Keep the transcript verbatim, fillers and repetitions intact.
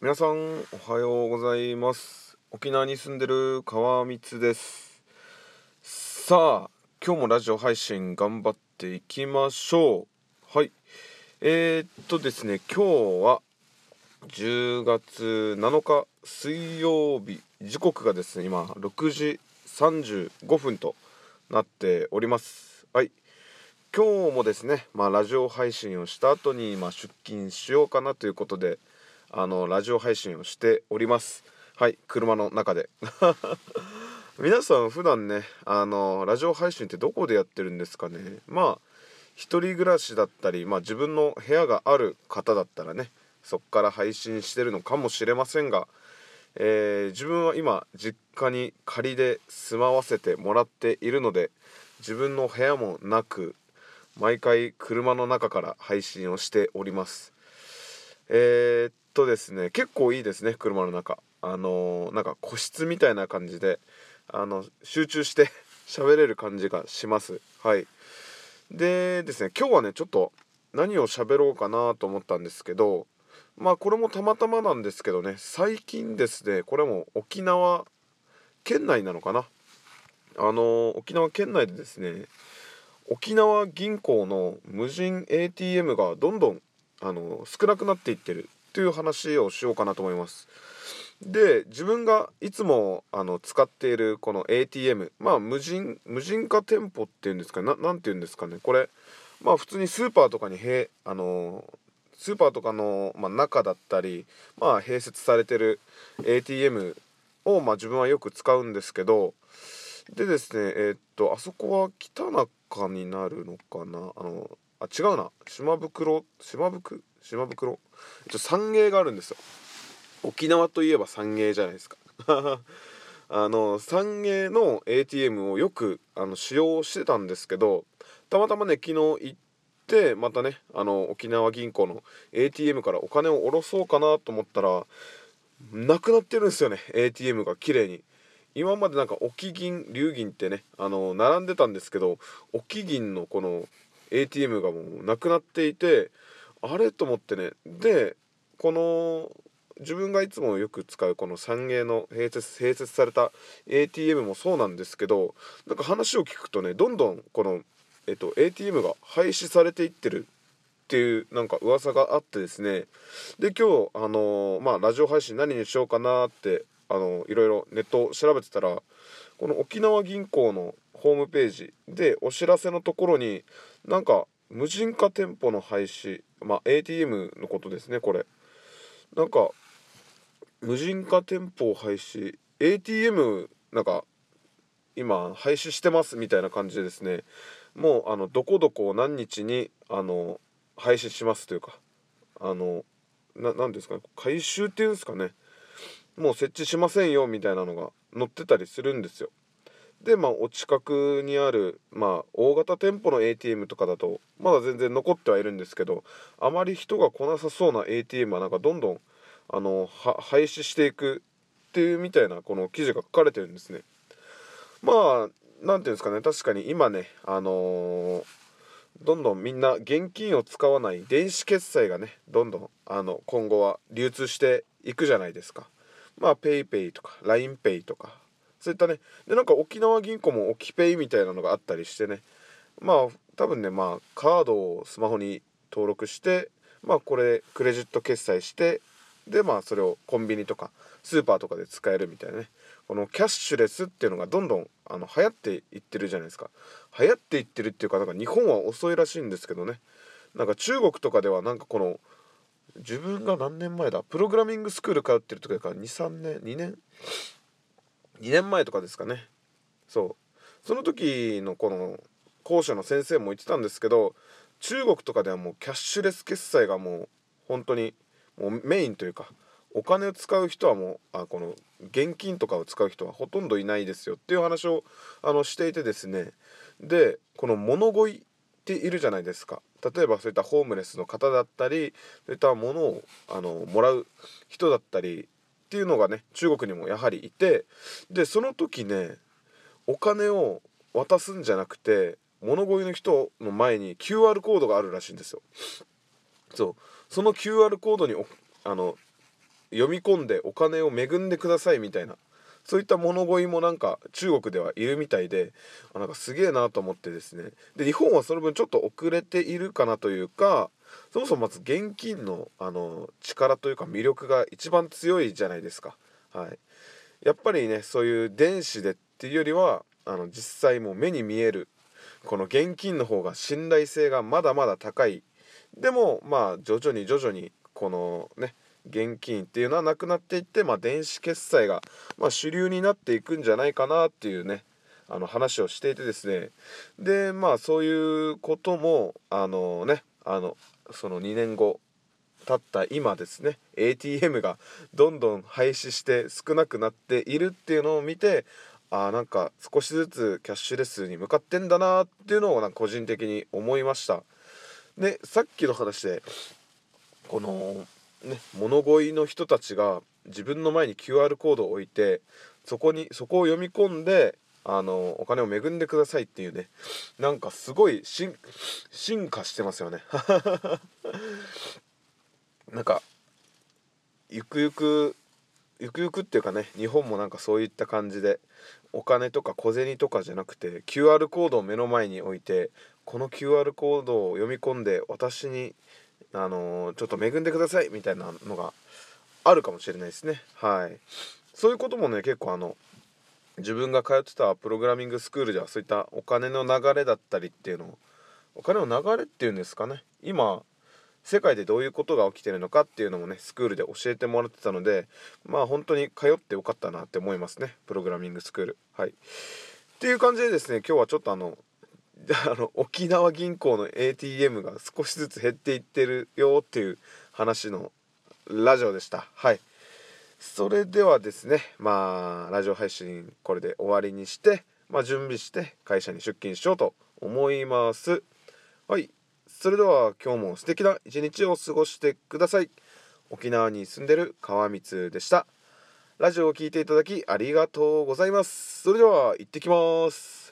皆さんおはようございます。沖縄に住んでる川光です。さあ今日もラジオ配信頑張っていきましょう。はい、えー、っとですね今日はじゅうがつなのか水曜日、時刻がですね今ろくじさんじゅうごふんとなっております。はい、今日もですね、まあ、ラジオ配信をした後に、まあ、出勤しようかなということであのラジオ配信をしております。はい、車の中で皆さん普段ねあのラジオ配信ってどこでやってるんですかね。まあ一人暮らしだったり、まあ、自分の部屋がある方だったらねそっから配信してるのかもしれませんが、えー自分は今実家に仮で住まわせてもらっているので自分の部屋もなく毎回車の中から配信をしております。えー、っとですね結構いいですね。車の中あのーなんか個室みたいな感じであの集中して喋れる感じがします。はい。でですね今日はねちょっと何を喋ろうかなと思ったんですけど、まあこれもたまたまなんですけどね、最近ですねこれも沖縄県内なのかな、あのー沖縄県内でですね沖縄銀行の無人 エーティーエム がどんどんあの少なくなっていってるという話をしようかなと思います。で自分がいつもあの使っているこの エーティーエム、まあ無人無人化店舗っていうんですかね、ななんていうんですかねこれ、まあ普通にスーパーとかにへあのスーパーとかの、まあ、中だったり、まあ、併設されてる エーティーエム を、まあ、自分はよく使うんですけど、でですねえーっとあそこは北中になるのかな、あのあ違うな、島袋島袋島袋えっと三芸があるんですよ。沖縄といえば三芸じゃないですかあの三芸の エーティーエム をよくあの使用してたんですけど、たまたまね昨日行ってまたねあの沖縄銀行の エーティーエム からお金を下ろそうかなと思ったらなくなってるんですよね。 エーティーエム が綺麗に。今までなんか沖銀龍銀ってねあの並んでたんですけど、沖銀のこの エーティーエム がもうなくなっていて、あれと思ってね。でこの自分がいつもよく使うこの三芸の併設併設された エーティーエム もそうなんですけど、なんか話を聞くとねどんどんこの、えっと、エーティーエム が廃止されていってるっていうなんか噂があってですね。で今日あのーまあラジオ配信何にしようかなってあのーいろいろネットを調べてたら、この沖縄銀行のホームページでお知らせのところになんか無人化店舗の廃止、まあ エーティーエム のことですねこれ。なんか無人化店舗廃止 エーティーエム なんか今廃止してますみたいな感じでですね、もうあのどこどこを何日にあの廃止しますというか、あのななんですかね、回収っていうんですかね、もう設置しませんよみたいなのが載ってたりするんですよ。でまあお近くにあるまあ大型店舗の エーティーエム とかだとまだ全然残ってはいるんですけど、あまり人が来なさそうな エーティーエム はなんかどんどんあのは廃止していくっていうみたいなこの記事が書かれてるんですね。まあなんていうんですかね、確かに今ねあのーどんどんみんな現金を使わない電子決済がねどんどんあの今後は流通していくじゃないですか。まあ ペイペイ とか ライン ペイとかそういったね、でなんか沖縄銀行もオキペイみたいなのがあったりしてね、まあ多分ねまあカードをスマホに登録してまあこれクレジット決済してでまあそれをコンビニとかスーパーとかで使えるみたいなね、このキャッシュレスっていうのがどんどんあの流行っていってるじゃないですか。流行っていってるっていうかなんか日本は遅いらしいんですけどね。なんか中国とかではなんかこの自分が何年前だプログラミングスクール通ってる時だからにさんねんにねんにねんまえとかですかね。そうその時のこの講師の先生も言ってたんですけど、中国とかではもうキャッシュレス決済がもう本当にもうメインというか、お金を使う人はもうあこの現金とかを使う人はほとんどいないですよっていう話をあのしていてですね。でこの物乞いっているじゃないですか。例えばそういったホームレスの方だったりそういったものをあのもらう人だったりっていうのがね中国にもやはりいて、でその時ねお金を渡すんじゃなくて物乞いの人の前に キューアール コードがあるらしいんですよ。そうその キューアール コードにおあの読み込んでお金を恵んでくださいみたいな、そういった物乞いもなんか中国ではいるみたいで、あなんかすげえなと思ってですね。で日本はその分ちょっと遅れているかなというか、そもそもまず現金のあの力というか魅力が一番強いじゃないですか。はい、やっぱりねそういう電子でっていうよりはあの実際もう目に見えるこの現金の方が信頼性がまだまだ高い。でもまあ徐々に徐々にこのね現金っていうのはなくなっていって、まあ、電子決済が、まあ、主流になっていくんじゃないかなっていうねあの話をしていてですね。でまあそういうこともあのねあのそのにねんご経った今ですね エーティーエム がどんどん廃止して少なくなっているっていうのを見て、あーなんか少しずつキャッシュレスに向かってんだなっていうのをなんか個人的に思いました。でさっきの話でこのね物乞いの人たちが自分の前に キューアール コードを置いて、そこにそこを読み込んであのお金を恵んでくださいっていうね、なんかすごい進進化してますよね。なんかゆくゆくゆくゆくっていうかね、日本もなんかそういった感じでお金とか小銭とかじゃなくて キューアール コードを目の前に置いて、この キューアール コードを読み込んで私にあのーちょっと恵んでくださいみたいなのがあるかもしれないですね。はい、そういうこともね結構あの自分が通ってたプログラミングスクールではそういったお金の流れだったりっていうのを、お金の流れっていうんですかね、今世界でどういうことが起きてるのかっていうのもねスクールで教えてもらってたので、まあ本当に通ってよかったなって思いますね、プログラミングスクール。はい、っていう感じでですね、今日はちょっとあのあの沖縄銀行の エーティーエム が少しずつ減っていってるよっていう話のラジオでした。はい、それではですね、まあラジオ配信これで終わりにして、まあ、準備して会社に出勤しようと思います。はい、それでは今日も素敵な一日を過ごしてください。沖縄に住んでる川光でした。ラジオを聞いていただきありがとうございます。それでは行ってきます。